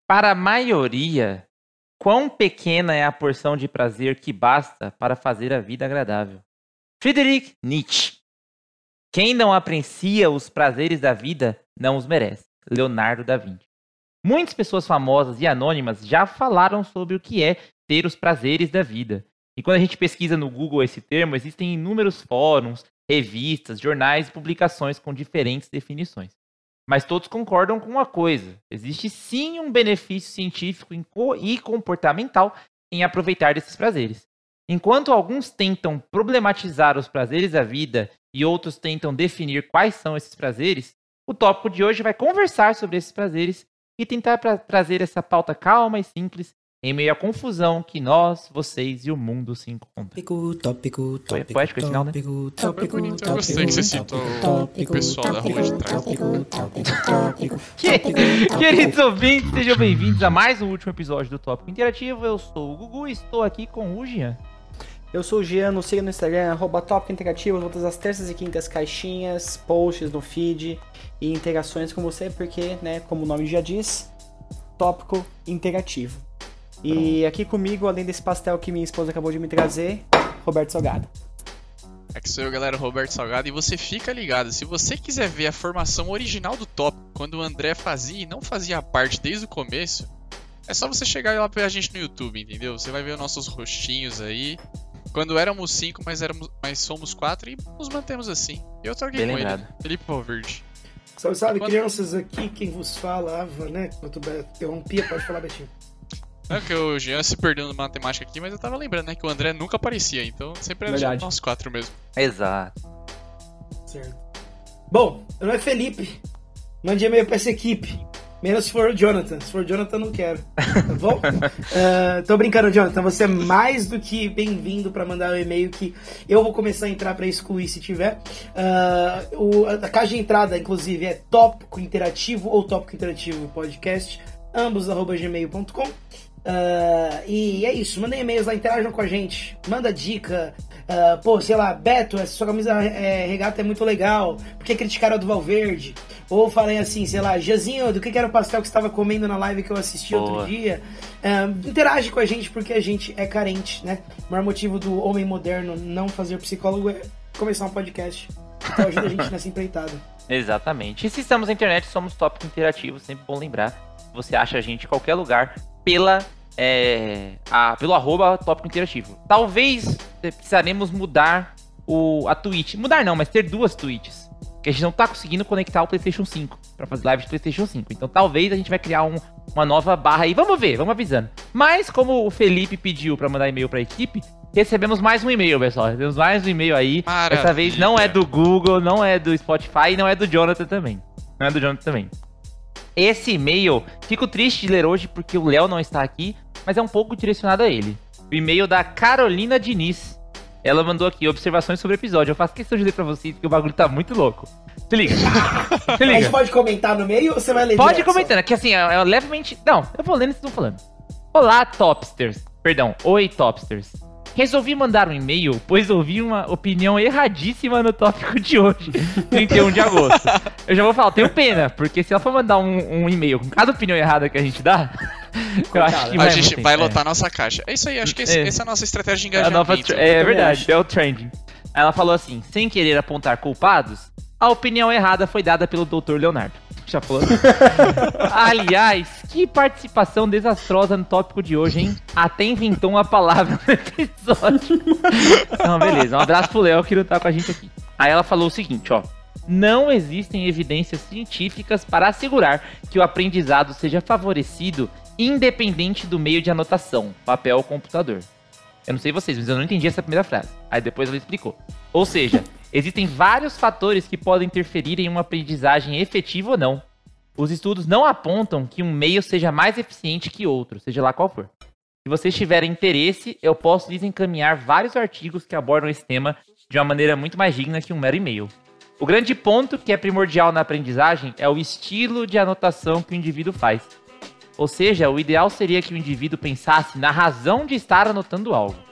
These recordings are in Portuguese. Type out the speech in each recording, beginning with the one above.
Para a maioria, quão pequena é a porção de prazer que basta para fazer a vida agradável? Friedrich Nietzsche. Quem não aprecia os prazeres da vida, não os merece. Leonardo da Vinci. Muitas pessoas famosas e anônimas já falaram sobre o que é ter os prazeres da vida. E quando a gente pesquisa no Google esse termo, existem inúmeros fóruns, revistas, jornais e publicações com diferentes definições. Mas todos concordam com uma coisa: existe sim um benefício científico e comportamental em aproveitar desses prazeres. Enquanto alguns tentam problematizar os prazeres da vida e outros tentam definir quais são esses prazeres, o tópico de hoje vai conversar sobre esses prazeres e tentar trazer essa pauta calma e simples em meio à confusão que nós, vocês e o mundo se encontram. Tópico. Foi poético esse final, né? Eu gostei que você citou o pessoal da rua de trás. Queridos ouvintes, sejam bem-vindos a mais um último episódio do Tópico Interativo. Eu sou o Gugu e estou aqui com o Jean. Eu sou o Jean, nos siga no Instagram, @Tópico Interativo, todas as terças e quintas caixinhas, posts no feed e interações com você, porque, né, como o nome já diz, Tópico Interativo. E aqui comigo, além desse pastel que minha esposa acabou de me trazer, Roberto Salgado. Aqui sou eu, galera, Roberto Salgado, e você fica ligado, se você quiser ver a formação original do Tópico, quando o André fazia e não fazia parte desde o começo, é só você chegar lá pra gente no YouTube, entendeu? Você vai ver os nossos rostinhos aí. Quando éramos 5, mas somos 4 e nos mantemos assim. Eu tô aqui Bem com lembrado. ele, Felipe Valverde. Salve, crianças, aqui quem vos falava, né? Enquanto o Beto interrompia, pode falar, Betinho. Não que o Jean se perdeu na matemática aqui, mas eu tava lembrando, né, que o André nunca aparecia, então sempre era Verdade. nós 4 mesmo. Exato. Certo. Bom, meu nome é Felipe. Mande e-mail pra essa equipe. Menos se for o Jonathan. Se for o Jonathan, não quero. Tá bom? Tô brincando, Jonathan. Você é mais do que bem-vindo pra mandar o e-mail que eu vou começar a entrar pra excluir se tiver. A caixa de entrada, inclusive, é Tópico Interativo ou Tópico Interativo Podcast. Ambos @gmail.com. E é isso, mandem e-mails lá, interajam com a gente, manda dica, sei lá, Beto, essa sua camisa regata é muito legal, por que criticaram a do Valverde? Ou falem assim, sei lá, Jazinho, do que era o pastel que você estava comendo na live que eu assisti outro dia? Interage com a gente, porque a gente é carente, né? O maior motivo do homem moderno não fazer psicólogo é começar um podcast, então ajuda a gente nessa empreitada. Exatamente. E se estamos na internet, somos Tópico Interativo, sempre bom lembrar. Você acha a gente em qualquer lugar pelo @Tópico Interativo. Talvez precisaremos mudar a Twitch. Mudar não, mas ter 2 Twitches. Porque a gente não tá conseguindo conectar o PlayStation 5 pra fazer live de PlayStation 5. Então talvez a gente vai criar uma nova barra aí. Vamos ver, vamos avisando. Mas como o Felipe pediu pra mandar e-mail pra equipe, recebemos mais um e-mail, pessoal. Recebemos mais um e-mail aí. Maravilha. Dessa vez não é do Google, não é do Spotify e não é do Jonathan também. Esse e-mail, fico triste de ler hoje porque o Léo não está aqui, mas é um pouco direcionado a ele. O e-mail da Carolina Diniz. Ela mandou aqui observações sobre o episódio. Eu faço questão de ler pra vocês que o bagulho tá muito louco. Se liga. A gente pode comentar no meio ou você vai ler Pode direto? comentando, que assim, é levemente... Não, eu vou lendo e vocês estão falando. Olá, Topsters. Perdão, oi, Topsters. Resolvi mandar um e-mail, pois ouvi uma opinião erradíssima no tópico de hoje, 31 de agosto. Eu já vou falar, tenho pena, porque se ela for mandar um e-mail com cada opinião errada que a gente dá, eu acho que A gente vai lotar nossa caixa. É isso aí, acho que essa é a nossa estratégia de engajamento. É verdade, é o trending. Ela falou assim, sem querer apontar culpados, a opinião errada foi dada pelo Dr. Leonardo. Já falou? Aliás, que participação desastrosa no tópico de hoje, hein? Até inventou uma palavra no episódio. Então, beleza. Um abraço pro Léo que não tá com a gente aqui. Aí ela falou o seguinte, ó. Não existem evidências científicas para assegurar que o aprendizado seja favorecido independente do meio de anotação, papel ou computador. Eu não sei vocês, mas eu não entendi essa primeira frase. Aí depois ela explicou. Ou seja, existem vários fatores que podem interferir em uma aprendizagem efetiva ou não. Os estudos não apontam que um meio seja mais eficiente que outro, seja lá qual for. Se vocês tiverem interesse, eu posso lhes encaminhar vários artigos que abordam esse tema de uma maneira muito mais digna que um mero e-mail. O grande ponto que é primordial na aprendizagem é o estilo de anotação que o indivíduo faz. Ou seja, o ideal seria que o indivíduo pensasse na razão de estar anotando algo.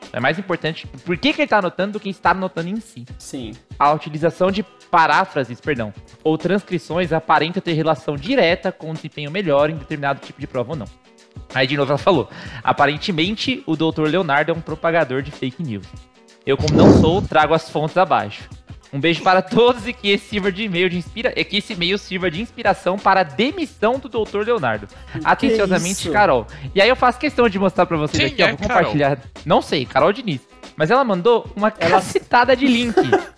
É mais importante por que ele tá anotando do que estar anotando em si. Sim. A utilização de paráfrases, ou transcrições aparenta ter relação direta com um desempenho melhor em determinado tipo de prova ou não. Aí de novo ela falou, aparentemente o Dr. Leonardo é um propagador de fake news. Eu, como não sou, trago as fontes abaixo. Um beijo para todos e que esse e-mail sirva de inspiração para a demissão do Dr. Leonardo. Atenciosamente, isso? Carol. E aí eu faço questão de mostrar pra vocês Quem aqui, ó, é vou compartilhar. Não sei, Carol Diniz. Mas ela mandou uma cacetada de link.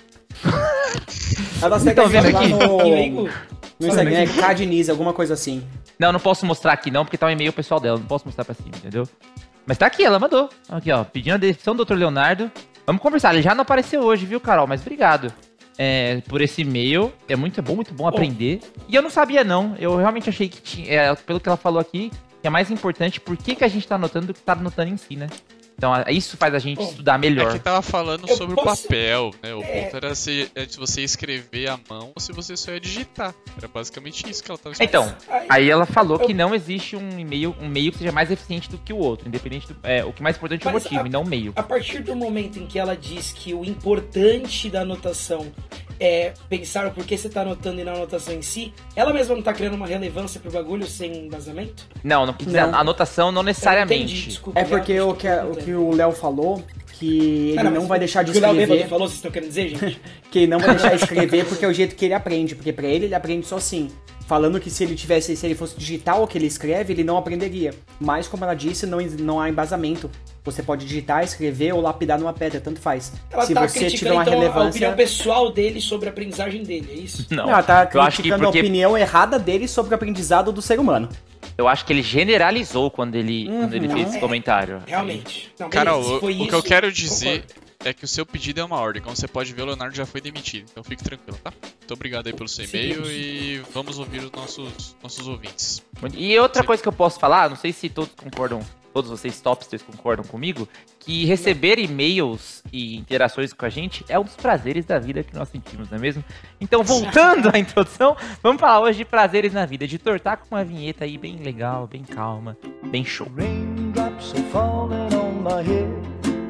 Ela segue Estão vendo lá aqui? no Instagram, é Cadiniz, alguma coisa assim. Não posso mostrar aqui não, porque tá um e-mail pessoal dela. Não posso mostrar pra cima, entendeu? Mas tá aqui, ela mandou. Aqui, ó, pedindo a demissão do Dr. Leonardo. Vamos conversar. Ele já não apareceu hoje, viu, Carol? Mas obrigado por esse e-mail. É muito bom aprender. E eu não sabia, não. Eu realmente achei que tinha... pelo que ela falou aqui, que é mais importante por que a gente tá anotando do que tá anotando em si, né? Então, isso faz a gente estudar melhor. Aqui tava falando sobre o papel, né? O ponto era se você escrever à mão ou se você só ia digitar. Era basicamente isso que ela tava explicando. Então, aí ela falou que não existe um meio que seja mais eficiente do que o outro, independente do... o que mais importante é o motivo, e não o meio. A partir do momento em que ela diz que o importante da anotação é pensar o porquê você tá anotando e na anotação em si, ela mesma não tá criando uma relevância pro bagulho sem embasamento? Não quis dizer, a anotação não necessariamente. Entendi, desculpa. É porque o que o Léo falou, que ele não vai deixar de escrever. O que o Léo falou, vocês estão querendo dizer, gente? Que ele não vai deixar de escrever porque é o jeito que ele aprende. Porque pra ele aprende só assim. Falando que se ele fosse digitar o que ele escreve, ele não aprenderia. Mas, como ela disse, não há embasamento. Você pode digitar, escrever ou lapidar numa pedra, tanto faz. Ela se tá você criticando, tiver uma então, relevância... a opinião pessoal dele sobre a aprendizagem dele, é isso? Não, ela tá eu acho que criticando a opinião errada dele sobre o aprendizado do ser humano. Eu acho que ele generalizou quando ele fez esse comentário. Realmente. Não, beleza, Carol, se foi o que isso, eu quero dizer concordo. é que o seu pedido é uma ordem. Como você pode ver, o Leonardo já foi demitido. Então fique tranquilo, tá? Muito obrigado aí pelo seu e-mail e vamos ouvir os nossos ouvintes. E outra coisa que eu posso falar, não sei se todos vocês topsters concordam comigo, que receber e-mails e interações com a gente é um dos prazeres da vida que nós sentimos, não é mesmo? Então, voltando à introdução, vamos falar hoje de prazeres na vida. Editor, tá com uma vinheta aí bem legal, bem calma, bem show. Raindrops are falling on my head,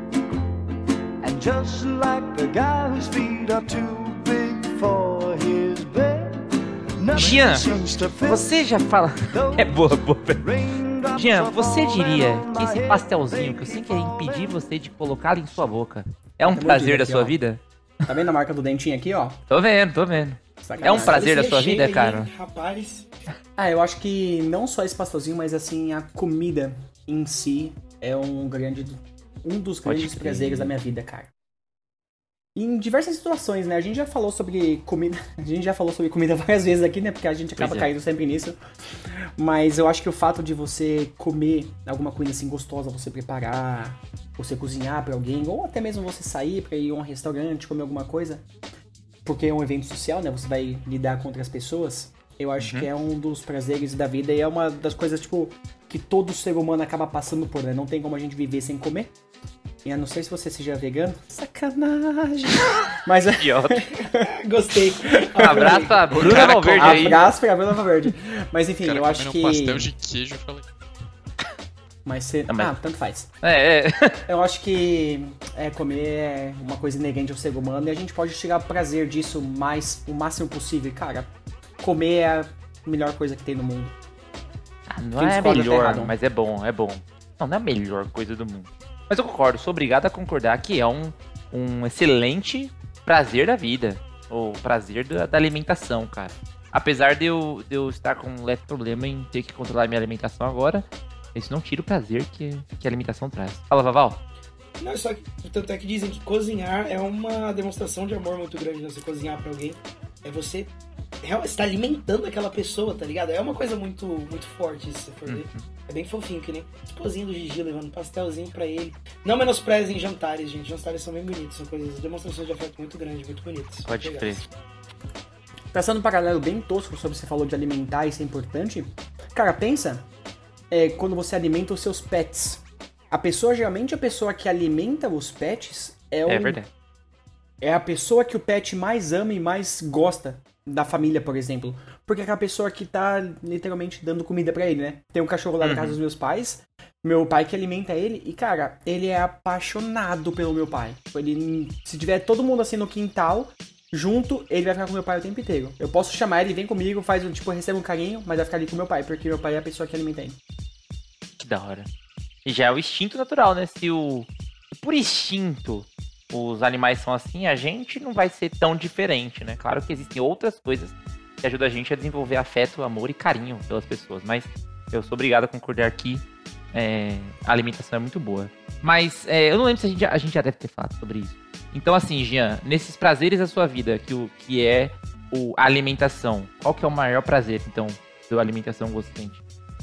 and just like the guy whose feet are too big for his bed, Jean, você já fala... É boa. Jean, você diria que esse pastelzinho que eu sem querer impedir você de colocá-lo em sua boca é um prazer da sua vida? Tá vendo a marca do dentinho aqui, ó? Tô vendo. Sacanagem. É um prazer da Esse sua recheio vida, aí, cara? Rapaz. Eu acho que não só esse pastelzinho, mas assim, a comida em si é um dos grandes prazeres da minha vida, cara. Em diversas situações, né? A gente já falou sobre comida várias vezes aqui, né? Porque a gente acaba caindo sempre nisso. Mas eu acho que o fato de você comer alguma coisa assim gostosa, você preparar, você cozinhar pra alguém, ou até mesmo você sair pra ir a um restaurante, comer alguma coisa, porque é um evento social, né? Você vai lidar com outras pessoas. Eu acho que é um dos prazeres da vida e é uma das coisas, tipo, que todo ser humano acaba passando por, né? Não tem como a gente viver sem comer. E eu não sei se você seja vegano. Sacanagem. Mas Idiota. Gostei. Abraço pra Bruna Valverde aí. Abraço pra Bruna Valverde. Mas enfim, Cara, eu acho que... um pastel de queijo, eu falei. Mas você... mas- tanto faz. É. Eu acho que comer é uma coisa inerente ao ser humano e a gente pode chegar ao prazer disso o máximo possível. Cara, comer é a melhor coisa que tem no mundo. Não Quem é discorda tá melhor, errado. mas é bom. Não é a melhor coisa do mundo. Mas eu concordo, sou obrigado a concordar que é um excelente prazer da vida. Ou prazer da alimentação, cara. Apesar de eu estar com um leve problema em ter que controlar minha alimentação agora, isso não tira o prazer que a alimentação traz. Fala, Vaval. Não, só que, tanto é que dizem que cozinhar é uma demonstração de amor muito grande, né? Você cozinhar pra alguém. É você tá alimentando aquela pessoa, tá ligado? É uma coisa muito, muito forte, se você for ver. É bem fofinho, que nem a esposinha do Gigi levando um pastelzinho pra ele. Não menosprezem jantares, gente. Jantares são bem bonitos, são coisas, demonstrações de afeto muito grandes, muito bonitas. Pode crer. Traçando um paralelo bem tosco sobre você falou de alimentar, isso é importante. Cara, pensa quando você alimenta os seus pets. Geralmente a pessoa que alimenta os pets É verdade. é a pessoa que o pet mais ama e mais gosta da família, por exemplo. Porque é aquela pessoa que tá literalmente dando comida pra ele, né? Tem um cachorro lá na casa dos meus pais, Meu pai que alimenta ele. E, cara, ele é apaixonado pelo meu pai. Ele, se tiver todo mundo assim no quintal, junto, ele vai ficar com meu pai o tempo inteiro. Eu posso chamar ele, vem comigo, faz tipo, recebe um carinho, mas vai ficar ali com meu pai, porque meu pai é a pessoa que alimenta ele. Que da hora. E já é o instinto natural, né? Se por instinto os animais são assim, a gente não vai ser tão diferente, né? Claro que existem outras coisas que ajudam a gente a desenvolver afeto, amor e carinho pelas pessoas, mas eu sou obrigado a concordar que a alimentação é muito boa. Mas eu não lembro se a gente já deve ter falado sobre isso. Então assim, Jean, nesses prazeres da sua vida, que é a alimentação, qual que é o maior prazer, então, da alimentação gostante?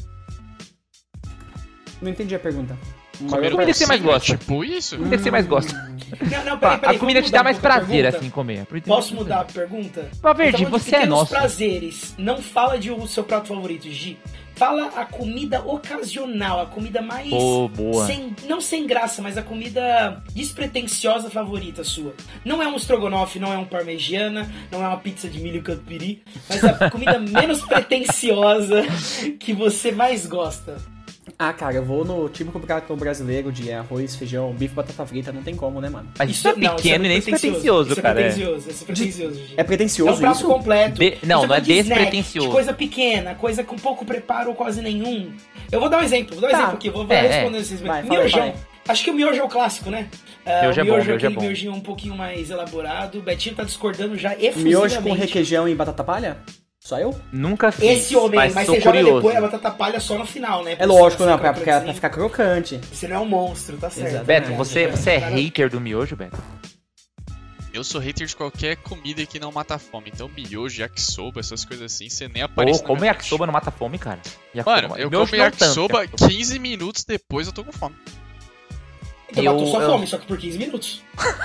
Não entendi a pergunta. Comer comida que você mais gosta. Tipo isso? Comida que você mais gosta. Não, peraí, A comida te dá mais prazer, assim, comer. Posso mudar a pergunta? Valverde, Então, você é nosso. prazeres. Não fala de o seu prato favorito, Gi. Fala a comida ocasional, a comida mais... boa. Não sem graça, mas a comida despretensiosa favorita sua. Não é um estrogonofe, não é um parmegiana, não é uma pizza de milho catupiry, mas a comida menos pretensiosa que você mais gosta. Ah, cara, eu vou no típico prato brasileiro de arroz, feijão, bife, batata frita, não tem como, né, mano? Mas isso é pequeno e nem despretensioso, cara. Isso é pretencioso, Gi. É pretencioso É um prato isso? completo. Não, não é de snack, despretensioso. De coisa pequena, coisa com pouco preparo ou quase nenhum. Eu vou dar um exemplo, aqui, vou É, responder esses vai, miojão. fala aí. Acho que o miojo é o clássico, né? Miojo é bom, miojo é aquele bom. miojinho um pouquinho mais elaborado. O Betinho tá discordando já efusivamente. Miojo com requeijão e batata palha? Só eu? Nunca fiz, Esse homem, mas sou você joga curioso. depois a batata palha só no final, né? É lógico, não, Pra pra ficar crocante. Você não é um monstro, tá certo. Exato. Beto, você é Cara, hater do miojo, Beto? Eu sou hater de qualquer comida que não mata fome. Então, miojo, yakisoba, essas coisas assim, você nem aparece na Como minha yakisoba não mata fome, cara? Mano, eu Miojo como não tanto, yakisoba, yakisoba. 15 minutos depois eu tô com fome. Então matou sua fome, só que por 15 minutos.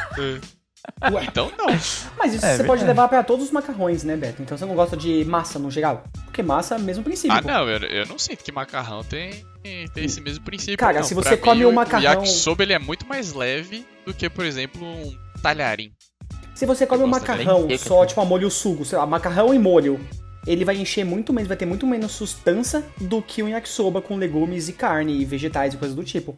Ué. Então não. Mas isso É, você pode verdade. levar pra todos os macarrões, né, Beto? Então você não gosta de massa no geral? Porque massa é o mesmo princípio. Ah, pô. não, eu não sinto que macarrão tem esse mesmo princípio. Cara, não. se Pra você mim, come um o macarrão- yakisoba ele é muito mais leve do que, por exemplo, um talharim. Se você come um gosto macarrão bem seco, só, assim. tipo, a molho sugo, sei lá, macarrão e molho, ele vai encher muito menos, vai ter muito menos sustância do que um yakisoba com legumes e carne e vegetais e coisas do tipo.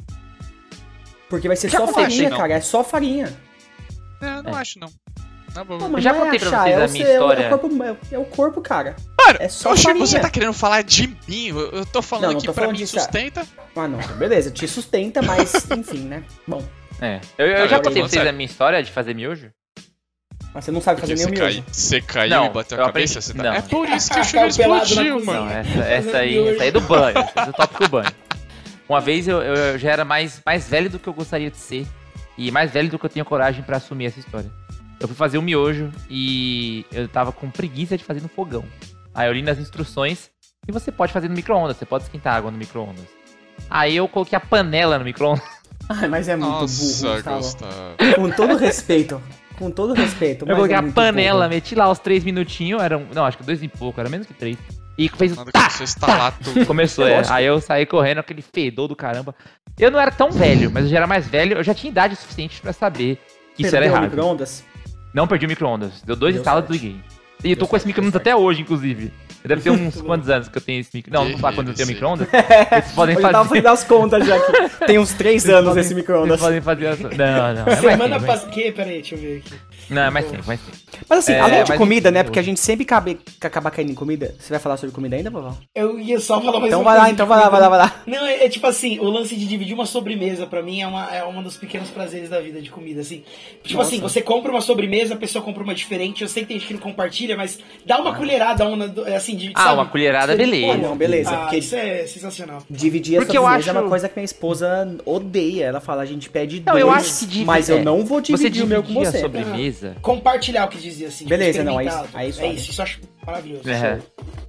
Porque vai ser Já só contei, farinha, não. cara, é só farinha. Não, não acho não. Na boa. Pô, mas já não é contei pra achar, vocês é a o minha seu- história. É o corpo, cara. Mano, é só oxe, farinha. você tá querendo falar de mim? Eu tô falando Não, não aqui tô pra falando mim disso, sustenta. Ah, não, então beleza, te sustenta, mas enfim, né? Bom, Eu já Agora, contei pra vocês sério. a minha história de fazer miojo? mas você não sabe fazer Porque nenhum miojo. você caiu Não, e bateu eu a cabeça? aprendi- Você tá... não. É por isso que o Caiu chuveiro pelado na explodiu, cozinha. Não, mano. essa aí é do banho, essa é do tópico banho. Uma vez eu já era mais velho do que eu gostaria de ser e mais velho do que eu tenho coragem pra assumir essa história. Eu fui fazer um miojo e eu tava com preguiça de fazer no fogão. Aí eu li nas instruções que você pode fazer no micro-ondas, você pode esquentar água no micro-ondas. Aí eu coloquei a panela no micro-ondas. Ai, mas é muito Nossa, burro, Gustavo. Gustavo. Com todo respeito. Com todo respeito. Eu mas coloquei é a muito panela, burro. meti lá os 3 minutinhos, não, acho que 2 e pouco, era menos que 3. E fez Nada tá, começou a estalar tudo. começou, É lógico. Aí eu saí correndo, aquele fedor do caramba. Eu não era tão velho, mas eu já era mais velho, eu já tinha idade suficiente pra saber que isso era Perdeu o errado. micro-ondas? Não perdi o micro-ondas. Deu 2 Deu estalos e sorte. desliguei. E eu tô Deu com esse sorte, micro-ondas deu até hoje, inclusive. Deve ter uns quantos anos que eu tenho esse micro. Não, não falar quando eu tenho Delícia. micro-ondas. Vocês podem Eu já tava fazer. fazendo as contas já aqui. Tem uns 3 anos podem- esse micro-ondas. Vocês podem fazer essa. Não. É mais Semana tempo, passada. Peraí, deixa eu ver aqui. Não, é mais tempo, mais tempo. Mas assim, É, além de mas comida, enfim, né? eu- Porque a gente sempre acaba caindo em comida. Você vai falar sobre comida ainda, vovó? Eu ia só falar mais Então uma vai lá, coisa então de vai lá, comida. vai lá. Não, é tipo assim, o lance de dividir uma sobremesa pra mim é uma dos pequenos prazeres da vida de comida, assim. Tipo Nossa. assim, você compra uma sobremesa, a pessoa compra uma diferente, eu sei que tem gente que não compartilha, mas dá uma colherada, assim, de... Ah, sabe? uma colherada, Você- beleza. Pô, Não, beleza, Ah, porque- isso é sensacional. Dividir a Porque eu sobremesa é acho- uma coisa que minha esposa odeia. Ela fala, a gente pede Não, dois, eu acho que mas eu não vou dividir o meu com dividir você. a sobremesa. Compartilhar o que dizia, assim. Beleza, não, experimentar. aí isso É olha. isso eu acho maravilhoso. É.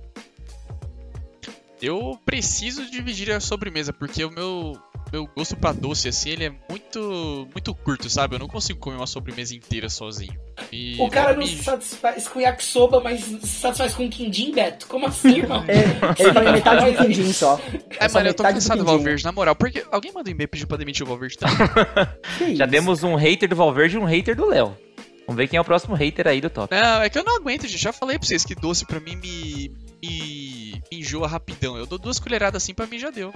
Eu preciso dividir a sobremesa, porque o meu gosto pra doce, assim, ele é muito curto, sabe? Eu não consigo comer uma sobremesa inteira sozinho. E O cara não me- se satisfaz com yakisoba, mas se satisfaz com quindim, Beto. Como assim, irmão? Ele tá em metade do quindim só. É, só mano, eu tô metade do cansado do quindim. Valverde, na moral. Porque alguém mandou e-mail e pediu pra demitir o Valverde também. Que Já isso? temos um hater do Valverde e um hater do Léo. Vamos ver quem é o próximo hater aí do top. Não, é que eu não aguento, gente. Já falei pra vocês que doce pra mim me enjoa rapidão. Eu dou 2 colheradas assim, pra mim já deu.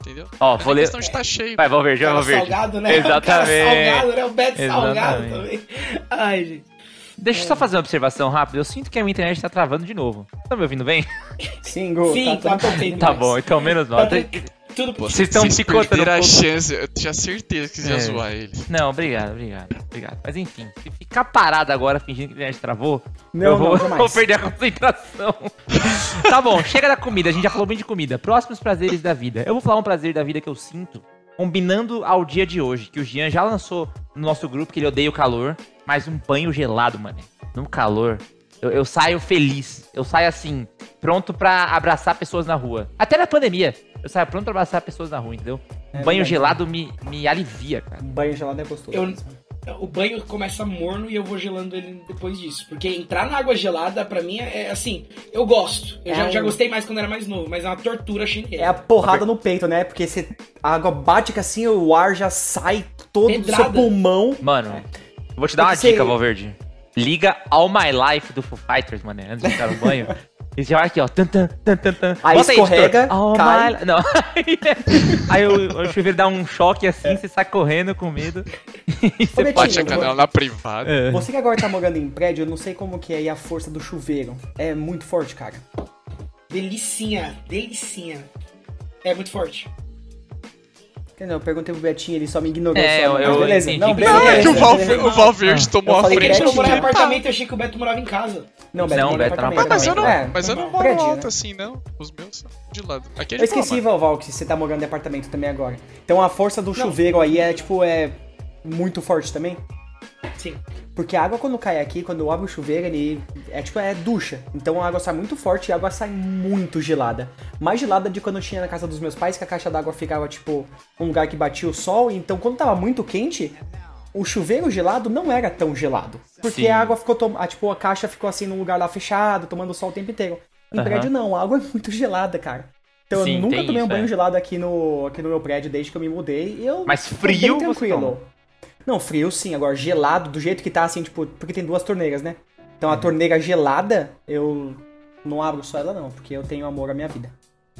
entendeu? Ó, Não vou é ler. questão de estar cheio. Vai, Valverde, vai, Cara Valverde. salgado, né? Exatamente. O cara salgado, né? O Beto salgado Exatamente. também. Ai, gente. Deixa eu só fazer uma observação rápida. Eu sinto que a minha internet tá travando de novo. Tá me ouvindo bem? Sim, Gu, Sim, tá perfeito. Tá Max. bom, então menos mal. Tá tudo Pô, Vocês estão picotando perderam um a pouco. chance. Eu tinha certeza que você ia É. zoar ele. Não, obrigado. Mas enfim, se ficar parado agora fingindo que a internet travou, Não, eu vou, não, jamais. vou perder a concentração. Tá bom, chega da comida, a gente já falou bem de comida. Próximos prazeres da vida. Eu vou falar um prazer da vida que eu sinto, combinando ao dia de hoje, que o Jean já lançou no nosso grupo, que ele odeia o calor, mas um banho gelado, mano. No calor, eu saio feliz. Eu saio assim, pronto pra abraçar pessoas na rua. Até na pandemia, eu saio pronto pra abraçar pessoas na rua, entendeu? Um banho verdade. gelado me alivia, cara. Um banho gelado é gostoso. O banho começa morno e eu vou gelando ele depois disso. Porque entrar na água gelada, pra mim, é assim, eu gosto. Eu já gostei mais quando era mais novo, mas é uma tortura chinesa. É a porrada no peito, né? Porque a água bate que assim, o ar já sai todo do seu Pedrada. pulmão. Mano, eu vou te dar uma Porque dica, você- Valverde. Liga All My Life do Foo Fighters, mano, antes de entrar no banho. E você vai aqui, ó. Tan, tan, tan, tan, tan. Aí Bota escorrega, editor. All cai. My Li- Não. Aí o chuveiro dá um choque assim, você sai correndo com medo. E você Betinho, Bate a eu canela na privada. É. Você que agora tá morando em prédio, eu não sei como que é aí a força do chuveiro. É muito forte, cara. Delicinha. É muito forte. Entendeu? Eu perguntei pro Betinho, ele só me ignorou. É, só, mas eu beleza. entendi Não, que- beleza. Não, é que beleza. o Valverde tomou Eu a falei frente. Gente, eu Betinho. morava em Pá. apartamento e achei que o Beto morava em casa. Não, Beto, Não, mora em Beto tá no apartamento Mas eu não, também. É, mas eu não moro prédio, alto né? assim, não. Os meus são de lado. Aqui é Eu de esqueci, boa, mano. Val, que você tá morando em apartamento também agora. Então a força do chuveiro aí é, tipo, é muito forte também? Sim. Porque a água quando cai aqui, quando eu abro o chuveiro, ele é tipo, é ducha. Então a água sai muito forte e a água sai muito gelada. Mais gelada de quando eu tinha na casa dos meus pais, que a caixa d'água ficava, tipo, um lugar que batia o sol. Então quando tava muito quente, o chuveiro gelado não era tão gelado. Porque Sim. a água ficou, tipo, a caixa ficou assim num lugar lá fechado, tomando sol o tempo inteiro. Em Aham. prédio não, a água é muito gelada, cara. Então Sim, eu nunca tem tomei um isso, banho é. gelado aqui no meu prédio desde que eu me mudei. E eu Mas tô frio bem você tranquilo. Não, frio sim, agora gelado, do jeito que tá, assim, tipo, porque tem duas torneiras, né? Então a torneira gelada, eu não abro só ela não, porque eu tenho amor à minha vida.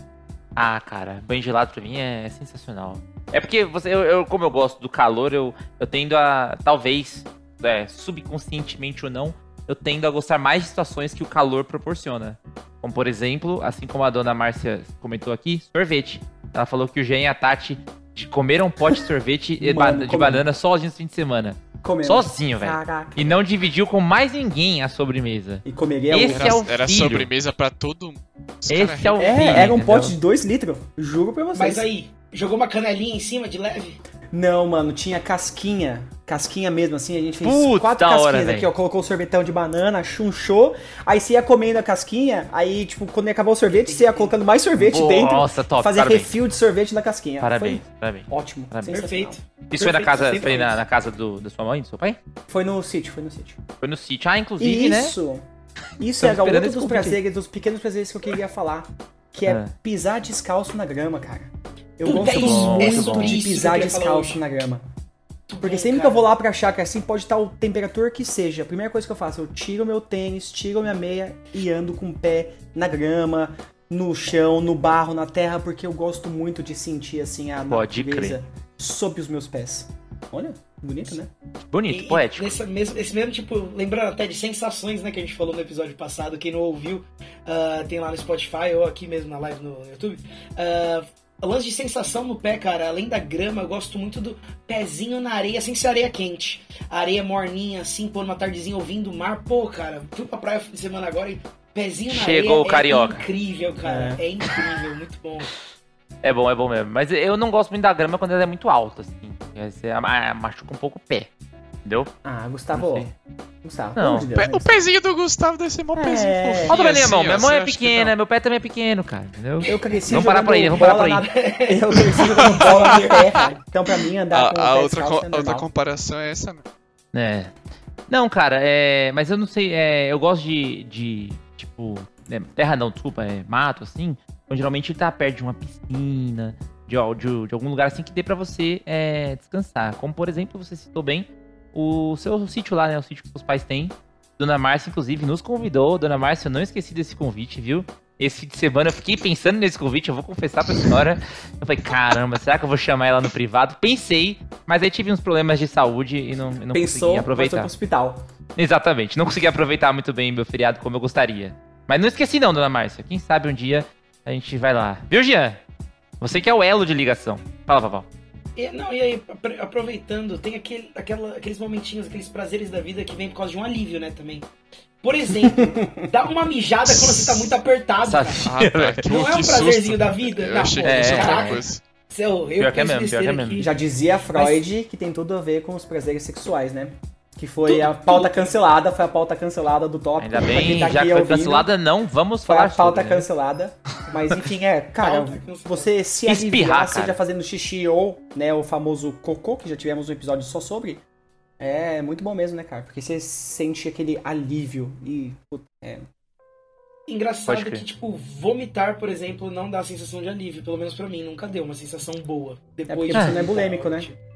Ah, cara, banho gelado pra mim é sensacional. É porque como eu gosto do calor, eu tendo a, talvez, subconscientemente ou não, eu tendo a gostar mais de situações que o calor proporciona. Como, por exemplo, assim como a dona Márcia comentou aqui, sorvete. Ela falou que o Jean e a Tati comeram um pote de sorvete de Mano, banana sozinhos no fim de semana. Comendo. Sozinho, velho. Caraca. E não dividiu com mais ninguém a sobremesa. E comeria Esse o... é o Era filho. sobremesa pra todo mundo. Os Esse cara é o É, filho, era um entendeu? pote de 2 litros, juro pra vocês. Mas aí, jogou uma canelinha em cima de leve? Não, mano, tinha casquinha. Casquinha mesmo, assim, a gente fez Putz, 4 da hora, casquinhas aqui, velho. ó. Colocou o sorvetão de banana, chunchou. Aí você ia comendo a casquinha, aí, tipo, quando ia acabar o sorvete, você ia colocando mais sorvete dentro. Nossa, top, Fazia parabéns. refil de sorvete na casquinha. Parabéns, parabéns. Foi ótimo. Parabéns. sensacional. Perfeito. Isso foi na Perfeito, casa, sempre foi falo na casa da sua mãe, do seu pai? Foi no sítio, foi no sítio. Foi no sítio. Ah, inclusive, né? Isso Estamos era esperando outro esse dos convite. prazeres, dos pequenos prazeres que eu queria falar. Que é Ah. pisar descalço na grama, cara. Eu Puta, gosto é isso, bom, muito muito bom. de Isso que eu pisar queria falar descalço hoje. na grama. Porque bom, sempre que cara. eu vou lá pra chácara, assim, pode estar a temperatura que seja. A primeira coisa que eu faço, eu tiro meu tênis, tiro minha meia e ando com o pé na grama, no chão, no barro, na terra, porque eu gosto muito de sentir, assim, a Pode natureza sob os meus pés. Olha, bonito, né? Bonito, E poético. esse mesmo tipo, lembrando até de sensações, né, que a gente falou no episódio passado, quem não ouviu, tem lá no Spotify ou aqui mesmo na live no YouTube. O lance de sensação no pé, cara, além da grama, eu gosto muito do pezinho na areia, sem ser areia quente. A areia morninha, assim, pô, numa tardezinha ouvindo o mar. Pô, cara, fui pra praia fim de semana agora e pezinho na areia Chegou o carioca. é incrível, cara. É incrível, muito bom. É bom mesmo. Mas eu não gosto muito da grama quando ela é muito alta, assim. Porque você machuca um pouco o pé. Entendeu? Ah, Não Gustavo. sei. Gustavo, Não. pelo amor de Deus, né? O pezinho do Gustavo deve ser mó pezinho É. fofinho. Olha pra minha assim, mão, ó, minha mão você é acha que pequena, não? meu pé também é pequeno, cara. Entendeu? Eu cresci Vamos parar jogando por aí, vamos parar por bola aí. Eu cresci jogando bola na terra. Então pra mim andar com o A pé outra, descalço é a outra normal. comparação é essa, né? É. Não, cara, mas eu não sei, eu gosto de tipo, terra não, desculpa, mato, assim, onde geralmente tá perto de uma piscina, de algum lugar assim que dê pra você descansar. Como, por exemplo, você citou bem o seu sítio lá, né, o sítio que seus pais têm. Dona Márcia, inclusive, nos convidou. Dona Márcia, eu não esqueci desse convite, viu? esse fim de semana eu fiquei pensando nesse convite, eu vou confessar pra senhora. Eu falei, caramba, será que eu vou chamar ela no privado? Pensei, mas aí tive uns problemas de saúde e não Pensou, consegui mas foi aproveitar. pro hospital. Exatamente, não consegui aproveitar muito bem meu feriado como eu gostaria. Mas não esqueci não, dona Márcia. Quem sabe um dia a gente vai lá. Viu, Jean? Você que é o elo de ligação. Fala, Vavá. E aí, aproveitando, tem aqueles momentinhos, aqueles prazeres da vida que vem por causa de um alívio, né, também. Por exemplo, dá uma mijada quando você tá muito apertado, cara. Que Não é um que prazerzinho susto. da vida? Eu Não, achei pô, que fosse outra caraca. coisa. Pior que é mesmo, pior que é mesmo. Já dizia Freud que tem tudo a ver com os prazeres sexuais, né? Que foi a pauta cancelada, foi a pauta cancelada do tópico. Ainda Pra bem, quem tá já aqui que foi ouvindo, cancelada, não vamos foi falar a pauta sobre, né? cancelada. Mas enfim, cara, Pauta cancelada. você se Espirrar, aliviar, seja cara. fazendo xixi ou, né, o famoso cocô, que já tivemos um episódio só sobre, é muito bom mesmo, né, cara? Porque você sente aquele alívio e... puta, Engraçado Pode que, crer. tipo, vomitar, por exemplo, não dá sensação de alívio. Pelo menos pra mim, nunca deu uma sensação boa. Depois porque de você não é vomitar, bulêmico, né? tipo,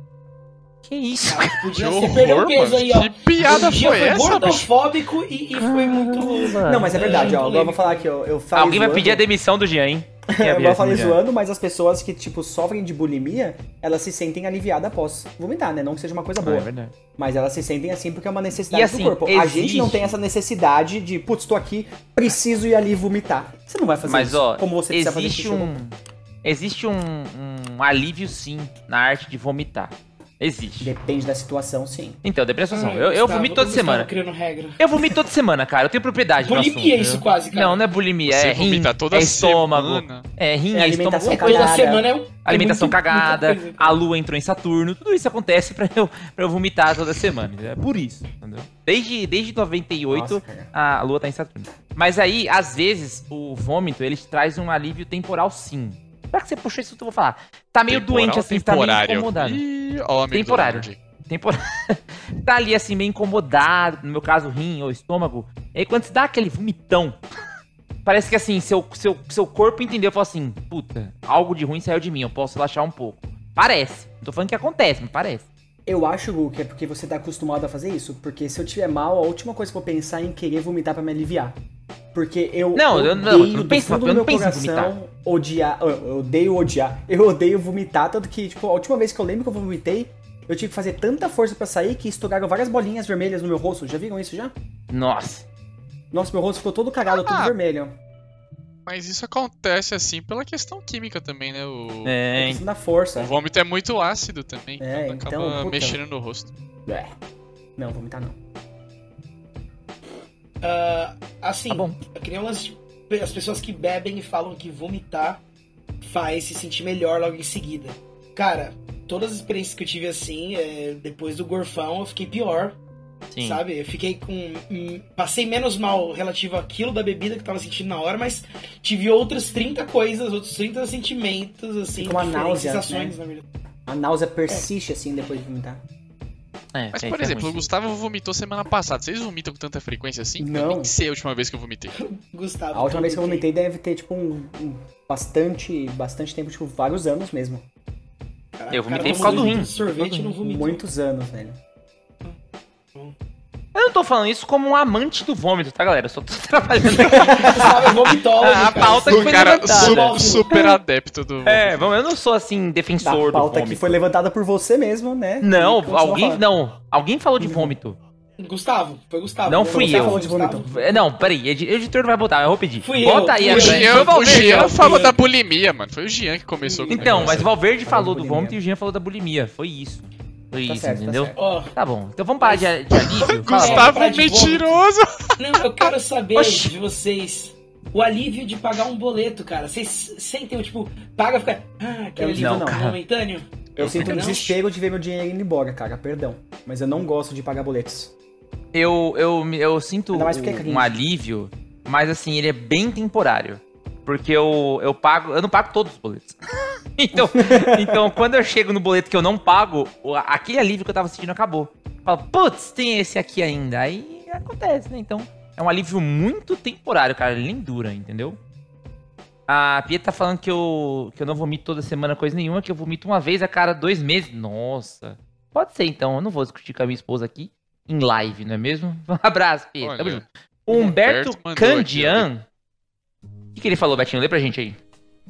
Que isso? cara, Que podia ser perder o peso horror, aí, mano. ó. Que piada O dia foi essa, bicho? gordofóbico e foi muito... Não, mas é verdade, ó. Agora eu vou polêmico. falar aqui, ó. Eu falei Alguém vai zoando. pedir a demissão do Jean, hein? Eu falei zoando, mas as pessoas que, tipo, sofrem de bulimia, elas se sentem aliviadas após vomitar, né? Não que seja uma coisa Não, boa. é verdade. Mas elas se sentem assim porque é uma necessidade E assim, do corpo. A existe- gente não tem essa necessidade de, putz, tô aqui, preciso ir ali vomitar. Você não vai fazer Mas, isso. ó, Como você precisa fazer existe xixi ou existe um alívio, sim, na arte de vomitar. Existe. Depende da situação, sim. Então, depende da situação. Ai, Eu Gustavo, vomito toda Gustavo semana. criando regra. Eu vomito toda semana, cara. Eu tenho propriedade no Bulimia assunto, isso viu? quase, cara. Não, não é bulimia. Você É rim, vomita toda é estômago. semana. É rim, É é alimentação estômago. Toda cagada. semana é Alimentação muito- muita cagada, coisa. a lua entrou em Saturno, tudo isso acontece pra eu vomitar toda semana. É por isso, entendeu? Desde 98, Nossa, cara. a lua tá em Saturno. Mas aí, às vezes, o vômito, ele traz um alívio temporal, sim. Já que você puxou isso, eu vou falar. Tá meio Temporal, doente, assim, tá meio temporário. incomodado. Ih, ó, o amigo do Temporário. Lorde. Tá ali, assim, meio incomodado, no meu caso, rim ou estômago. E aí, quando você dá aquele vomitão, parece que, assim, seu corpo entendeu, falou assim, puta, algo de ruim saiu de mim, eu posso relaxar um pouco. Parece. Não tô falando que acontece, mas parece. Eu acho, Gu, que é porque você tá acostumado a fazer isso. Porque se eu tiver mal, a última coisa que eu vou pensar é em querer vomitar pra me aliviar. Porque eu Não, eu não- odeio eu não do penso- fundo eu do não meu penso em coração odiar. Eu odeio odiar. Eu odeio vomitar, tanto que, tipo, a última vez que eu lembro que eu vomitei, eu tive que fazer tanta força pra sair que estouraram várias bolinhas vermelhas no meu rosto. Já viram isso já? Nossa. Nossa, meu rosto ficou todo cagado, tudo Ah. vermelho. Mas isso acontece assim pela questão química também, né? É É, questão da força. O vômito é muito ácido também, É, então então, acaba puta. mexendo no rosto. É. Não, vomitar não. Assim, Tá bom. é que nem um lance de- as pessoas que bebem e falam que vomitar faz se sentir melhor logo em seguida. Cara, todas as experiências que eu tive assim, depois do gorfão, eu fiquei pior, sim. sabe? Eu fiquei com... passei menos mal relativo àquilo da bebida que eu tava sentindo na hora, mas tive outras 30 coisas, outros 30 sentimentos, assim, Fica uma diferentes, náusea, sensações, né? na verdade. A náusea persiste assim depois de vomitar. É, Mas, é, por é exemplo, o ruim, sim. Gustavo vomitou semana passada. Vocês vomitam com tanta frequência assim? Não. Eu nem sei a última vez que eu vomitei. Gustavo. A última vez que eu vomitei deve ter, tipo, bastante tempo, tipo, vários anos mesmo. Caraca, Eu vomitei cara, por causa do tomou rim. sorvete e não vomitou. Muitos anos, velho. Eu não tô falando isso como um amante do vômito, tá, galera? Eu só tô trabalhando aqui. Gustavo é vomitólogo, A cara. pauta que O foi cara levantada. super adepto do É, vamos, eu não sou, assim, A defensor do pauta vômito. que foi levantada por você mesmo, né? Não, E continua alguém falando. não. Alguém falou de vômito. Gustavo, foi Gustavo. Não fui Você eu. falou de Gustavo. vômito. Não, peraí, o editor não vai botar, eu vou pedir. Fui Bota eu, aí fui a eu. Jean, Foi o o Valverde, Jean ó. falou da bulimia, mano. Foi o Jean que começou com o Então, negócio. mas o Valverde falou do bulimia. vômito e o Jean falou da bulimia. Foi isso. Foi Tá isso, certo, tá entendeu? certo. Ó, Tá bom, então vamos parar de alívio. Fala, Gustavo É, de mentiroso! não, eu quero saber Oxi. de vocês o alívio de pagar um boleto, cara. Vocês sentem, tipo, paga, fica... aquele Eu alívio não, cara. momentâneo? Eu sinto um Não? desespero de ver meu dinheiro indo embora, cara. Perdão. Mas eu não gosto de pagar boletos. Eu sinto Ainda mais porque é cringe. um alívio, mas assim, ele é bem temporário. Porque eu não pago todos os boletos. então, quando eu chego no boleto que eu não pago, aquele alívio que eu tava sentindo acabou. Eu falo, putz, tem esse aqui ainda. Aí acontece, né? Então, é um alívio muito temporário, cara. Ele nem dura, entendeu? A Pia tá falando que eu não vomito toda semana coisa nenhuma, que eu vomito uma vez a cada 2 meses. Nossa. Pode ser, então. Eu não vou discutir com a minha esposa aqui em live, não é mesmo? Um abraço, Pia. Tamo Olha, junto. Humberto Humberto mandou aqui, Candian. O que ele falou, Betinho? Lê pra gente aí.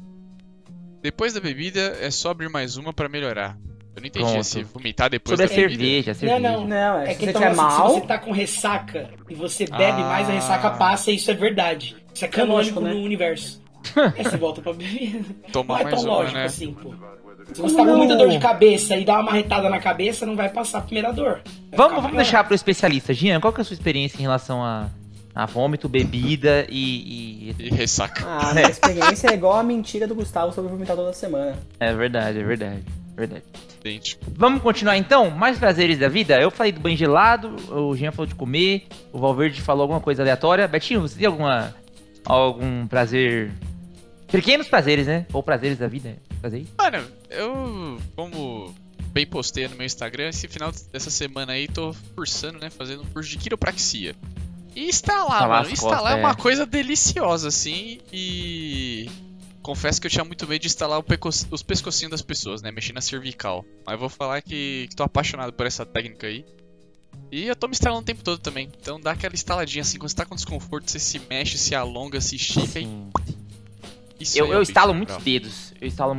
Depois da bebida, é só abrir mais uma pra melhorar. Eu não entendi Pronto. se vomitar depois Sobre a da bebida. cerveja, a cerveja. Não, É se que você então, tiver assim, mal... se você tá com ressaca e você bebe mais, a ressaca passa, isso é verdade. Isso é lógico, canônico né? no universo. Aí você volta pra beber. Tomar Não é tão mais uma, lógico né? assim, pô. Se você tá com muita dor de cabeça e dá uma marretada na cabeça, não vai passar a primeira dor. Vamos deixar pro especialista. Jean, qual que é a sua experiência em relação a vômito, bebida e... E ressaca. Ah, minha experiência é igual a mentira do Gustavo sobre vomitar toda semana. É verdade. Idêntico. Vamos continuar então? Mais prazeres da vida? Eu falei do banho gelado, o Jean falou de comer, o Valverde falou alguma coisa aleatória. Betinho, você tem algum prazer... Pequenos prazeres, né? Ou prazeres da vida? Prazer? Mano, eu, como bem postei no meu Instagram, esse final dessa semana aí tô cursando, né? Fazendo um curso de quiropraxia. E instalar, mano. Instalar é uma coisa deliciosa, assim. E confesso que eu tinha muito medo de instalar os pescocinhos das pessoas, né? Mexer na cervical. Mas eu vou falar que tô apaixonado por essa técnica aí. E eu tô me instalando o tempo todo também. Então dá aquela instaladinha assim, quando você tá com desconforto, você se mexe, se alonga, se estica e... Isso aí é Eu instalo bem muitos legal. dedos.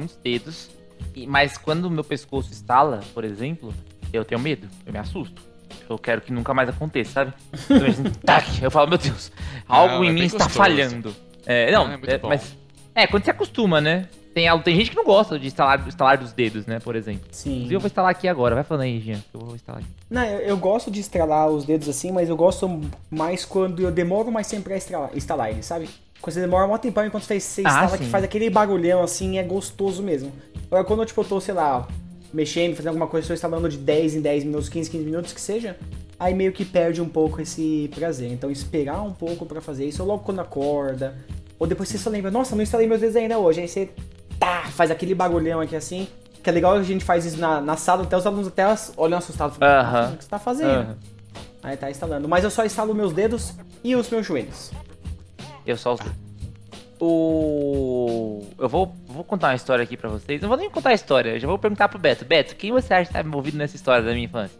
Mas quando o meu pescoço estala, por exemplo, eu tenho medo. Eu me assusto. Eu quero que nunca mais aconteça, sabe? Então, assim, tac, eu falo, meu Deus, algo Não, em é mim bem está gostoso. falhando. Não, é muito bom. Mas quando você acostuma, né? Tem gente que não gosta de instalar dos dedos, né, por exemplo. Sim. Inclusive, eu vou instalar aqui agora. Vai falando aí, Jean, que eu vou instalar aqui. Não, eu gosto de estralar os dedos assim, mas eu gosto mais quando eu demoro mais tempo pra instalar ele, sabe? Quando você demora um tempão enquanto você instala, que sim. faz aquele bagulhão assim, é gostoso mesmo. Agora, quando eu, tipo, eu tô, sei lá, mexendo, fazendo alguma coisa, estou instalando de 10 em 10 minutos, 15 minutos, que seja, aí meio que perde um pouco esse prazer. Então, esperar um pouco pra fazer isso, ou logo quando acorda, ou depois você só lembra, nossa, não instalei meus dedos ainda hoje, aí você, faz aquele bagulhão aqui assim, que é legal, a gente faz isso na sala, até os alunos até olham assustados, falam, o que você tá fazendo? Aí tá instalando. Mas eu só instalo meus dedos e os meus joelhos. Eu só os dedos. Eu vou contar uma história aqui pra vocês. Não vou nem contar a história, eu já vou perguntar pro Beto. Beto, quem você acha que tá envolvido nessa história da minha infância?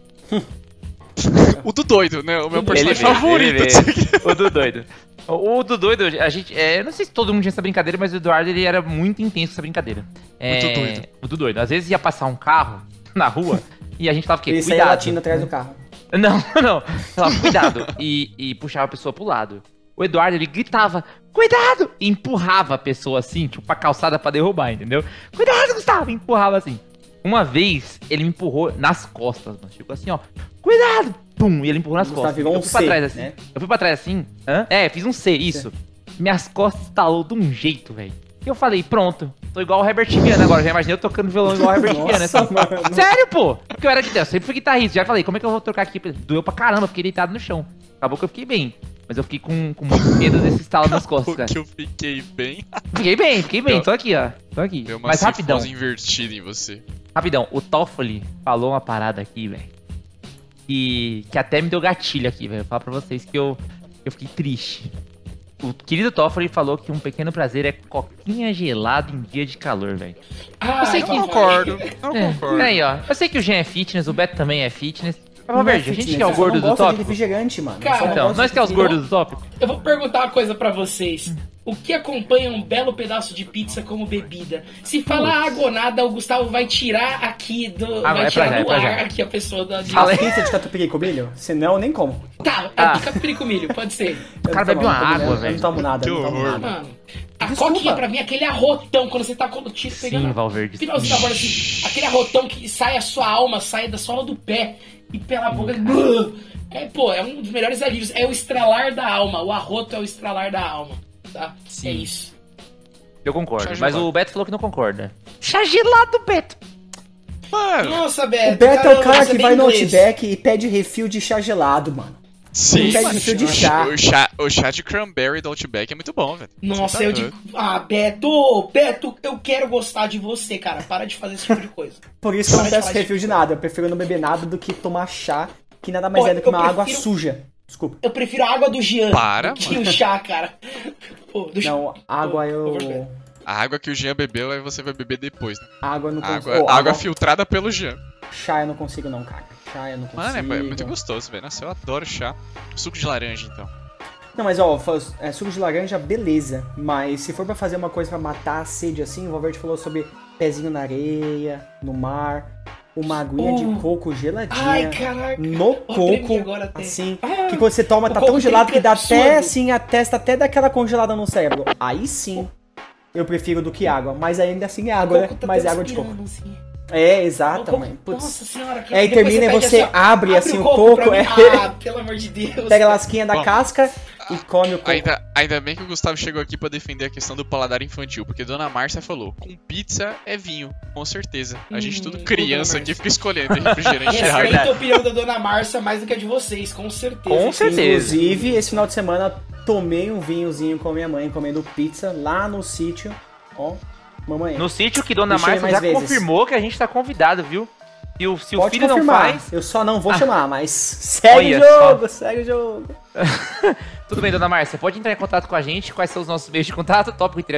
O do doido, né? O meu Ele personagem veio, favorito. o do doido. O do doido, a gente... eu não sei se todo mundo tinha essa brincadeira, mas o Eduardo, ele era muito intenso com essa brincadeira. Muito doido. O do doido. Às vezes ia passar um carro na rua e a gente tava o quê? Ele saía latindo atrás do carro. Não. Falava, cuidado. E puxava a pessoa pro lado. O Eduardo, ele gritava, cuidado! E empurrava a pessoa assim, tipo, pra calçada pra derrubar, entendeu? Cuidado, Gustavo! E empurrava assim. Uma vez, ele me empurrou nas costas, mano. Ficou assim, ó. Cuidado! Pum! E ele empurrou nas Gustavo costas. virou Eu um fui pra C, trás assim. né? Eu fui pra trás assim. Fiz um C, isso. Minhas costas estalou de um jeito, velho. E eu falei, pronto. Tô igual o Herbert Viana agora. Já imaginei eu tocando violão igual o Herbert Viana. Só... mano. Sério, pô? Porque eu era guitarrista, eu sempre fui guitarrista. Já falei, como é que eu vou trocar aqui? Doeu pra caramba, fiquei deitado no chão. Acabou que eu fiquei bem. Mas eu fiquei com muito medo desse estalo nas costas, cara. Porque eu fiquei bem. Fiquei bem. Tô aqui, ó. Tô aqui. Deu uma Mas rapidão. invertida em você. Rapidão, o Toffoli falou uma parada aqui, velho. Que até me deu gatilho aqui, velho. Vou falar pra vocês que eu fiquei triste. O querido Toffoli falou que um pequeno prazer é coquinha gelada em dia de calor, velho. Ah, sei Eu que- concordo. Eu concordo. Aí, ó. Eu sei que o Jean é fitness, o Beto também é fitness. Mas, Não é Verde, a gente fitness, que é o eu só gordo não do gosto de tópico. refrigerante, mano. Cara, Eu só não Então, gosto nós de que é os refrigerante. gordos do tópico. Eu vou perguntar uma coisa pra vocês. O que acompanha um belo pedaço de pizza como bebida? Se falar água ou nada, o Gustavo vai tirar aqui do. Vai é tirar pra já, do é pra ar já. aqui a pessoa da. Fala aí. Pizza de catupiry com milho? Senão, nem como. Tá, Ah. catupiry com milho, pode ser. Eu cara não bebe tomo, uma não tomo, água, eu velho. não tomo nada, Que eu não tomo horror, nada. Mano, a Desculpa. coquinha pra mim é aquele arrotão, quando você tá com o tiro pegando. Sim, Valverde. Finalzinho da bola assim, aquele arrotão que sai a sua alma, sai da sola do pé e pela boca. É um dos melhores alívios. É o estralar da alma. O arroto é o estralar da alma. Tá? Sim. É isso. Eu concordo, Chá mas gelado. o Beto falou que não concorda. Chá gelado, Beto! Mano, Nossa, O Beto. Beto é o caramba, cara você que é vai bem no inglês. Outback e pede refil de chá gelado, mano. sim. pede refil de chá. O chá de cranberry do Outback é muito bom, velho. Nossa, Você tá eu doido. digo. Ah, Beto, eu quero gostar de você, cara. Para de fazer esse tipo de coisa. Por isso que eu não Para de peço falar refil de nada. Eu prefiro não beber nada do que tomar chá, que nada mais Pô, é do que eu uma água prefiro- suja. Desculpa. Eu prefiro a água do Jean Para, do que o chá, cara. Pô, do Não, água eu... A água que o Jean bebeu, aí você vai beber depois. Né? Água eu não consigo. Água, Oh, água filtrada pelo Jean. Chá eu não consigo não, cara. Chá eu não consigo. Mano, é muito gostoso, velho. Nossa, eu adoro chá. Suco de laranja, então. Não, mas ó, suco de laranja, beleza. Mas se for pra fazer uma coisa pra matar a sede assim, o Valverde falou sobre pezinho na areia, no mar, uma aguinha de coco geladinha. Ai, caraca. No coco, agora tem. assim, que quando você toma tá coco tão gelado que dá absurdo. até assim, a testa até dá aquela congelada no cérebro. Aí sim, eu prefiro do que água. Mas ainda assim é água, né? Tá Mas é água de coco. assim. É, exatamente. Nossa senhora, que Aí depois termina e pede você assim, ó, abre assim o pra coco, mim. é. Ah, pelo amor de Deus. Pega a lasquinha da Bom. casca e come o coco. Ainda bem que o Gustavo chegou aqui pra defender a questão do paladar infantil, porque Dona Márcia falou, com pizza é vinho, com certeza. A gente tudo criança Dona aqui Márcia. fica escolhendo refrigerante errado. Respeito a opinião da Dona Márcia mais do que a de vocês, com certeza. Com certeza. Inclusive, esse final de semana tomei um vinhozinho com a minha mãe, comendo pizza lá no sítio. Ó, mamãe. No sítio que Dona Me chame Márcia mais já vezes. confirmou que a gente tá convidado, viu? Se o Pode filho confirmar. não faz... Eu só não vou chamar, mas segue Olha o jogo, segue o jogo. Tudo bem, Dona Márcia, pode entrar em contato com a gente. Quais são os nossos meios de contato?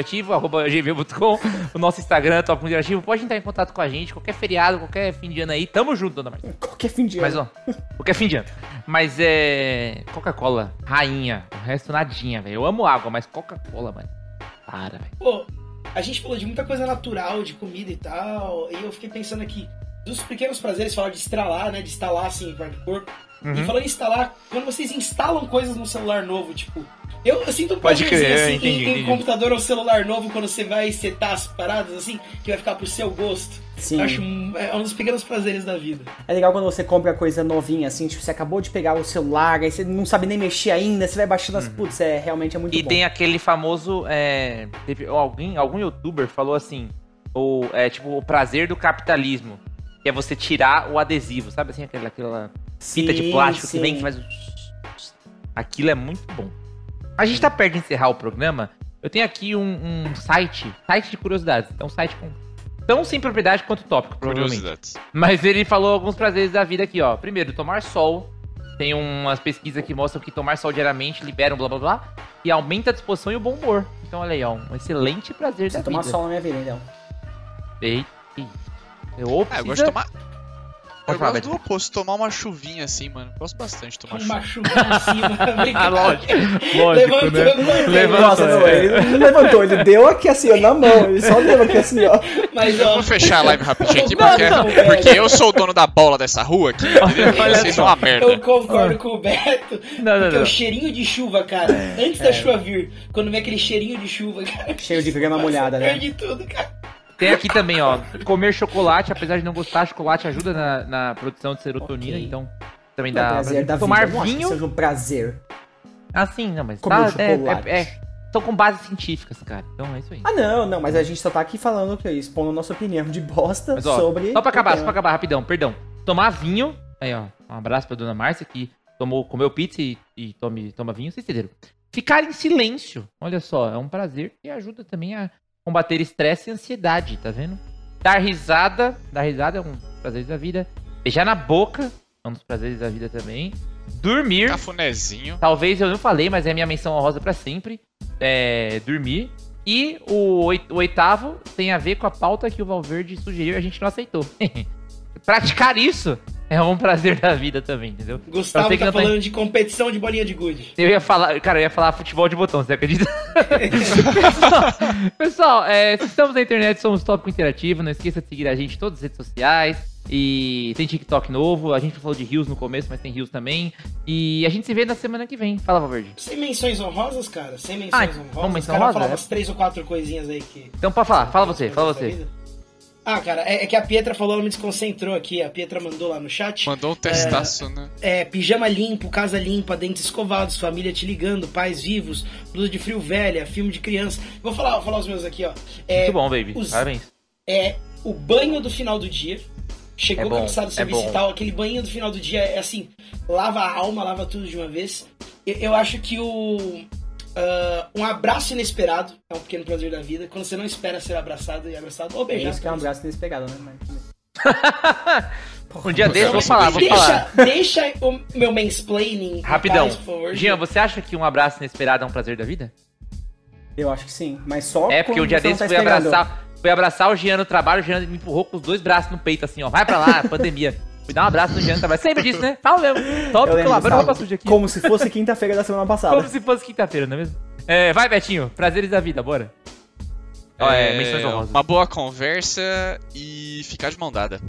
@gmail.com, o nosso Instagram, Tópico Interativo. Pode entrar em contato com a gente, qualquer feriado, qualquer fim de ano aí. Tamo junto, Dona Márcia. Qualquer fim de Mas, ano. ó, qualquer fim de ano. Mas Coca-Cola, rainha. O resto nadinha, velho. Eu amo água, mas Coca-Cola, mano. Para, velho. Pô, a gente falou de muita coisa natural, de comida e tal, e eu fiquei pensando aqui, dos pequenos prazeres, falar de estralar, né, de instalar assim, parte do corpo. E falando em instalar, quando vocês instalam coisas no celular novo, tipo, eu sinto um Pode prazerzinho crer, assim, entendi. em computador ou celular novo, quando você vai setar as paradas, assim, que vai ficar pro seu gosto. Sim. Eu acho é um dos pequenos prazeres da vida. É legal quando você compra coisa novinha, assim, tipo, você acabou de pegar o celular, aí você não sabe nem mexer ainda, você vai baixando as... Putz, realmente é muito E bom. tem aquele famoso. Teve algum youtuber falou assim: tipo, o prazer do capitalismo. Que é você tirar o adesivo, sabe assim? Aquela fita de plástico que vem que faz. Aquilo é muito bom. A gente tá perto de encerrar o programa. Eu tenho aqui um site de curiosidades. É um site com tão sem propriedade quanto tópico, provavelmente. Curiosidades. Mas ele falou alguns prazeres da vida aqui, ó. Primeiro, tomar sol. Tem umas pesquisas que mostram que tomar sol diariamente libera um blá blá blá e aumenta a disposição e o bom humor. Então olha aí, ó, um excelente prazer Você da tomar vida. sol na minha vida, então. Eita. Eu Eu gosto de tomar... Eu falar, gosto do Beto. oposto, tomar uma chuvinha assim, mano. Gosto bastante de tomar chuva. Uma chuva em cima, Ah, brincadeira. lógico, né? Levanta, Nossa, não, ele não levantou, ele deu aqui assim, ó, na mão, ele só deu aqui assim, ó. Mas, Eu ó, vou fechar a live rapidinho aqui, Não, porque eu sou o dono da bola dessa rua aqui, entendeu? Olha Vocês só. são uma merda. eu concordo com o Beto, Não, porque não. o cheirinho de chuva, cara, antes da chuva vir, quando vem aquele cheirinho de chuva, cara, Cheio de grama molhada, né? perde tudo, cara. Tem aqui também, ó, comer chocolate, apesar de não gostar, chocolate ajuda na produção de serotonina, Ok. então também Não, dá prazer da tomar vida. Eu não acho que vinho. seja um prazer. Assim, não, mas Comer tá, chocolate. são com bases científicas, cara. Então é isso aí. Ah, não, mas a gente só tá aqui falando o que? Expondo nossa opinião de bosta Mas, ó, sobre. só pra o tema. acabar, rapidão, perdão. Tomar vinho, aí ó, um abraço pra Dona Márcia que comeu pizza e toma vinho, vocês entenderam. Ficar em silêncio, olha só, é um prazer e ajuda também a combater estresse e ansiedade, tá vendo? Dar risada é um prazer da vida. Beijar na boca é um dos prazeres da vida também. Dormir, Cafunézinho. talvez eu não falei, mas é minha menção honrosa pra sempre. Dormir. E o oitavo tem a ver com a pauta que o Valverde sugeriu e a gente não aceitou. Praticar isso é um prazer da vida também, entendeu? Gustavo Eu sei que tá não tem- falando de competição de bolinha de gude. Eu ia falar futebol de botão, você acredita? Pessoal, se estamos na internet, somos Tópico Interativo. Não esqueça de seguir a gente em todas as redes sociais. E tem TikTok novo. A gente falou de Reels no começo, mas tem Reels também. E a gente se vê na semana que vem. Fala, Valverde. Sem menções honrosas, cara? Sem menções Ai, honrosas. vamos menção Cara, honrosa? falar umas 3 ou 4 coisinhas aí que... Então pode falar, fala você. Ah, cara, é que a Pietra falou, ela me desconcentrou aqui. A Pietra mandou lá no chat. Mandou um testaço, né? Pijama limpo, casa limpa, dentes escovados, família te ligando, pais vivos, blusa de frio velha, filme de criança. Vou falar os meus aqui, ó. Muito bom, baby. Parabéns. O banho do final do dia. Chegou É bom, cansado do serviço bom. e tal. Aquele banho do final do dia é assim, lava a alma, lava tudo de uma vez. Eu acho que um abraço inesperado é um pequeno prazer da vida. Quando você não espera ser abraçado e abraçado, ou É beijar. isso que é um abraço inesperado, né? Mas... Um dia desse, vou falar. Deixa o meu mansplaining. em Rapidão. paz, por favor. Jean, você acha que um abraço inesperado é um prazer da vida? Eu acho que sim, mas só É, porque quando um dia você não desse tá esperando. fui abraçar o Jean no trabalho, o Jean me empurrou com os dois braços no peito, assim, ó. Vai pra lá, pandemia. Fui dar um abraço no Jean no trabalho. Sempre disso, né? Fala mesmo. Top, Eu lembro, lavando sabe? roupa suja aqui. Como se fosse quinta-feira da semana passada. Como se fosse quinta-feira, não é mesmo? Vai, Betinho. Prazeres da vida, bora. Menções honrosas. Uma boa conversa e ficar de mão dada.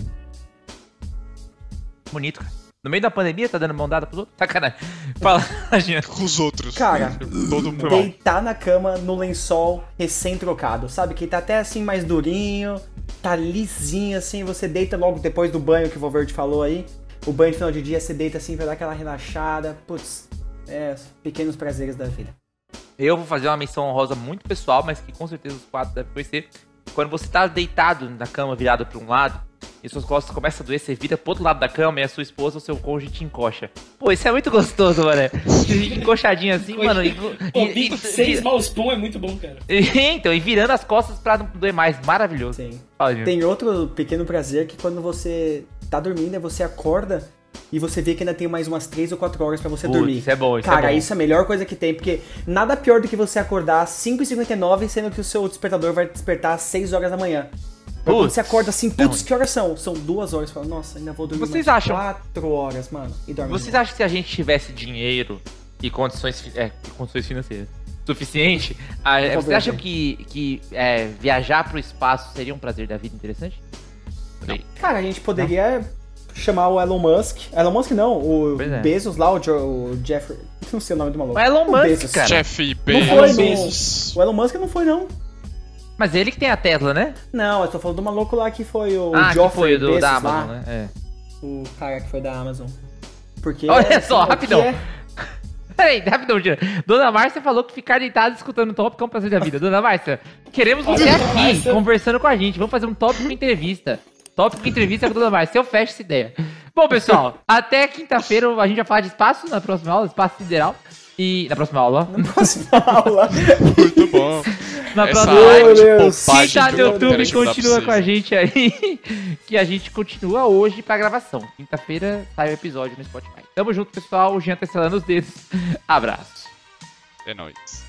Bonito, cara. No meio da pandemia, tá dando mão dada pros outros? Sacanagem. Fala, Jean. Com os outros. Cara, Todo mundo. deitar na cama no lençol recém-trocado, sabe? Que tá até assim mais durinho, tá lisinho assim, você deita logo depois do banho que o Valverde falou aí. O banho de final de dia, você deita assim pra dar aquela relaxada. Putz, pequenos prazeres da vida. Eu vou fazer uma menção honrosa muito pessoal, mas que com certeza os 4 devem conhecer. Quando você tá deitado na cama, virado pra um lado, e suas costas começam a doer, você vira pro outro lado da cama e a sua esposa ou seu cônjuge te encoxa. Pô, isso é muito gostoso, mano. Encoxadinho assim, mano. Combinho sem small spoon é muito bom, cara. Então, e virando as costas pra não doer mais. Maravilhoso. Sim. Olha, Tem outro pequeno prazer que quando você tá dormindo, você acorda e você vê que ainda tem mais umas 3 ou 4 horas pra você dormir. Isso é bom, isso Cara, é bom. isso é a melhor coisa que tem, porque nada pior do que você acordar às 5h59, sendo que o seu despertador vai despertar às 6 horas da manhã. Quando você acorda assim, putz, que horas são? São 2 horas. Você fala, nossa, ainda vou dormir Vocês mais acham? 4 horas, mano. E dorme. Vocês acham que se a gente tivesse dinheiro e condições financeiras suficiente, vocês acham que viajar pro espaço seria um prazer da vida interessante? Cara, a gente poderia chamar o Elon Musk. Elon Musk não, o Pois é. Bezos lá, o Jeffrey. Não sei o nome do maluco. O Elon Musk, Bezos. cara. Jeff Não foi, Bezos. O Elon Musk não foi, não. Mas ele que tem a Tesla, né? Não, eu tô falando do maluco lá que foi o Que Geoffrey foi Bezos da lá. Amazon, né? O cara que foi da Amazon. Porque Olha só, o que rapidão. é- Peraí, rapidão, Jean. Dona Márcia falou que ficar deitada escutando o tópico é um prazer da vida. Dona Márcia, queremos você aqui, Márcia. conversando com a gente. Vamos fazer um tópico entrevista. Tópico entrevista com a Dona Márcia. Eu fecho essa ideia. Bom, pessoal, até quinta-feira a gente vai falar de espaço na próxima aula, espaço sideral. E na próxima aula. Na próxima aula. Muito bom. Na Essa próxima aula de Meu Deus. poupagem Quem tá que no eu YouTube quero ajudar continua vocês. com a gente aí. Que a gente continua hoje pra gravação. Quinta-feira sai o episódio no Spotify. Tamo junto, pessoal. O Jean tá estalando os dedos. Abraço. É nóis.